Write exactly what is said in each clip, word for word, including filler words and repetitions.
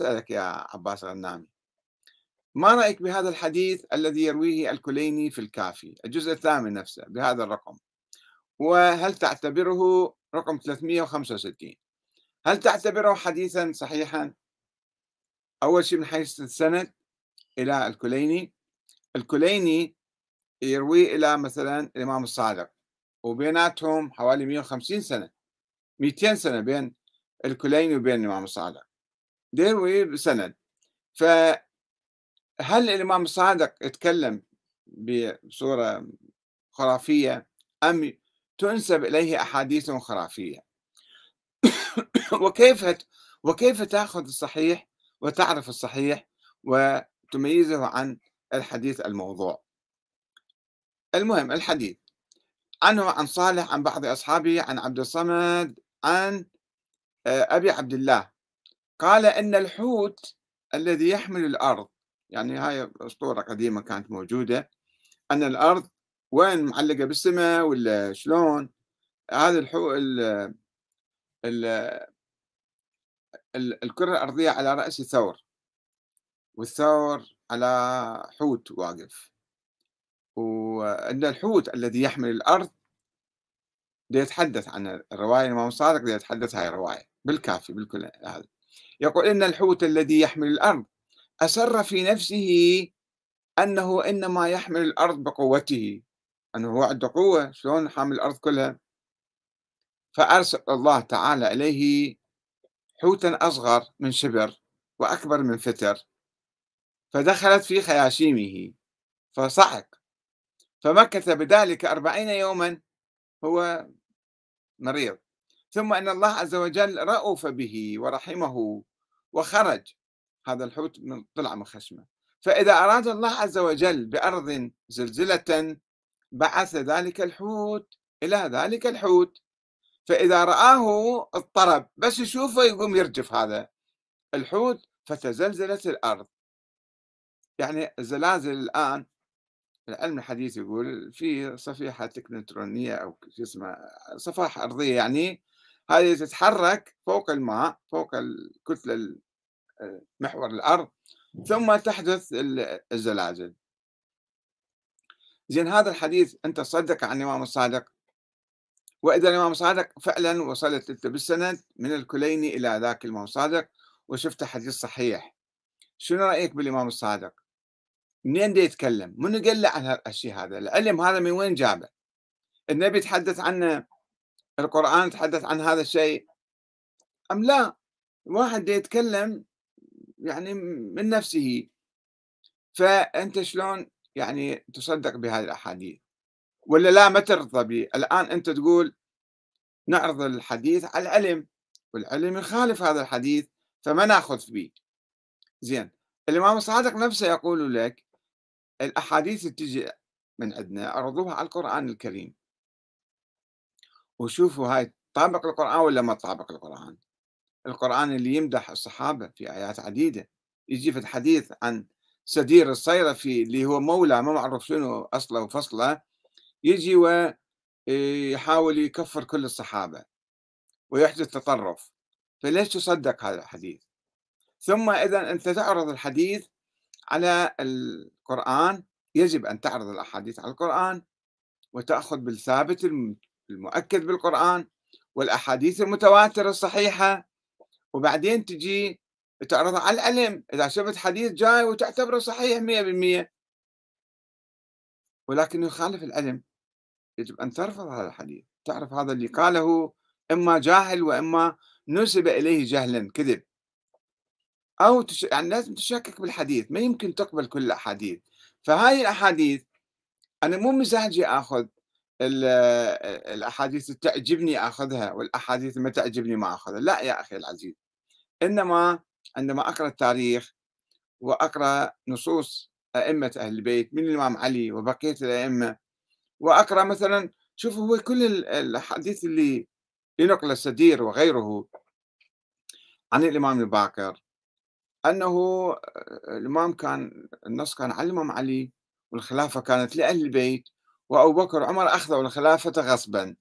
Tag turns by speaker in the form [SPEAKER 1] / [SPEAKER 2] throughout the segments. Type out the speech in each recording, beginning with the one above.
[SPEAKER 1] أسألك يا عباس الغنامي، ما رأيك بهذا الحديث الذي يرويه الكليني في الكافي الجزء الثامن نفسه بهذا الرقم؟ وهل تعتبره رقم ثلاثمئة وخمسة وستين؟ هل تعتبره حديثا صحيحا؟ أول شيء من حيث السند إلى الكليني. الكليني يروي إلى مثلا الإمام الصادق، وبيناتهم حوالي مئة وخمسين سنة، مئتين سنة بين الكليني وبين الإمام الصادق، يروي بسند. ف هل الإمام الصادق يتكلم بصورة خرافية أم تنسب إليه أحاديث خرافية؟ وكيف وكيف تأخذ الصحيح وتعرف الصحيح وتميزه عن الحديث الموضوع؟ المهم الحديث عنه عن صالح عن بعض أصحابه عن عبد الصمد عن آه، أبي عبد الله قال إن الحوت الذي يحمل الأرض، يعني هاي أسطورة قديمة كانت موجودة، أن الأرض وين معلقة بالسماء ولا شلون؟ هذا الحو ال ال ال الكرة الأرضية على رأس ثور، والثور على حوت واقف، وأن الحوت الذي يحمل الأرض يتحدث عن الرواية. الإمام الصادق يتحدث هاي الرواية بالكافي بالكل هذا، يقول إن الحوت الذي يحمل الأرض أسر في نفسه أنه إنما يحمل الأرض بقوته، أنه هو عنده قوة، شلون حامل الأرض كلها؟ فأرسل الله تعالى إليه حوتا أصغر من شبر وأكبر من فتر، فدخلت في خياشيمه فصعق، فمكث بذلك أربعين يوما هو مريض، ثم أن الله عز وجل رأف به ورحمه وخرج هذا الحوت من طلع من خشمه. فإذا أراد الله عز وجل بأرض زلزلة بعث ذلك الحوت إلى ذلك الحوت، فإذا رآه اضطرب، بس يشوفه يقوم يرجف هذا الحوت فتزلزلت الأرض. يعني الزلازل الآن العلم الحديث يقول في صفيحة تكنترونية أو شو اسمه صفائح أرضية، يعني هذه تتحرك فوق الماء فوق الكتلة محور الأرض ثم تحدث الزلازل. زين هذا الحديث أنت تصدق عن الإمام الصادق؟ وإذا الإمام الصادق فعلا وصلت أنت بالسند من الكليني إلى ذاك الإمام الصادق وشفت حديث صحيح، شنو رأيك بالإمام الصادق؟ منين دي يتكلم؟ منو قال له عن هالشيء هذا؟ العلم هذا من وين جابه؟ النبي تحدث عنه؟ القرآن تحدث عن هذا الشيء أم لا؟ واحد دي يتكلم يعني من نفسه، فأنت شلون يعني تصدق بهذه الأحاديث؟ ولا لا ما ترضى به؟ الآن أنت تقول نعرض الحديث على العلم، والعلم يخالف هذا الحديث فما ناخذ به. زين الإمام الصادق نفسه يقول لك الأحاديث اللي تجي من عندنا عرضوها على القرآن الكريم وشوفوا هاي طابق القرآن ولا ما طابق القرآن. القرآن اللي يمدح الصحابة في آيات عديدة، يجي في الحديث عن سدير الصيرفي اللي هو مولى ما معروف شنو أصله وفصله، يجي ويحاول يكفر كل الصحابة ويحدث تطرف، فليش تصدق هذا الحديث؟ ثم إذا أنت تعرض الحديث على القرآن يجب أن تعرض الأحاديث على القرآن وتأخذ بالثابت المؤكد بالقرآن والأحاديث المتواترة الصحيحة، وبعدين تجي تعرضها على العلم إذا شفت حديث جاي وتعتبره صحيح مئة بالمئة ولكن يخالف العلم، يجب أن ترفض هذا الحديث، تعرف هذا اللي قاله إما جاهل وإما نسب إليه جهلا كذب، أو تش... يعني لازم تشكك بالحديث، ما يمكن تقبل كل الأحاديث. فهاي الأحاديث أنا مو مزاجي آخذ الأحاديث اللي تعجبني آخذها والأحاديث اللي ما تعجبني ما آخذها، لا يا أخي العزيز، إنما عندما أقرأ التاريخ وأقرأ نصوص أئمة أهل البيت من الإمام علي وبقية الأئمة، وأقرأ مثلا شوف هو كل الأحاديث اللي ينقل السدير وغيره عن الإمام الباقر أنه الإمام كان النص كان على الإمام علي والخلافة كانت لأهل البيت وأبو بكر وعمر أخذوا الخلافة غصبا،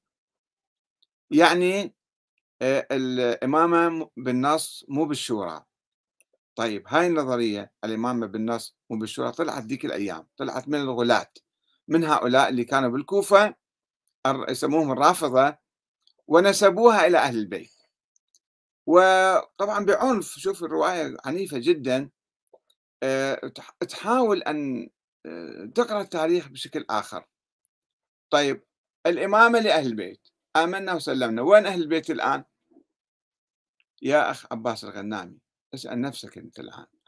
[SPEAKER 1] يعني الإمامة بالنص مو بالشورى. طيب هاي النظرية الإمامة بالنص وبالشورى طلعت ذيك الأيام، طلعت من الغلاة، من هؤلاء اللي كانوا بالكوفة الر يسموهم الرافضة ونسبوها إلى أهل البيت، وطبعًا بعنف. شوف الرواية عنيفة جدًا، آآ تح تحاول أن آآ تقرأ التاريخ بشكل آخر. طيب الإمامة لأهل البيت، آمنا وسلمنا، وين أهل البيت الآن؟ يا أخ عباس الغنامي، اسأل نفسك أنت الآن.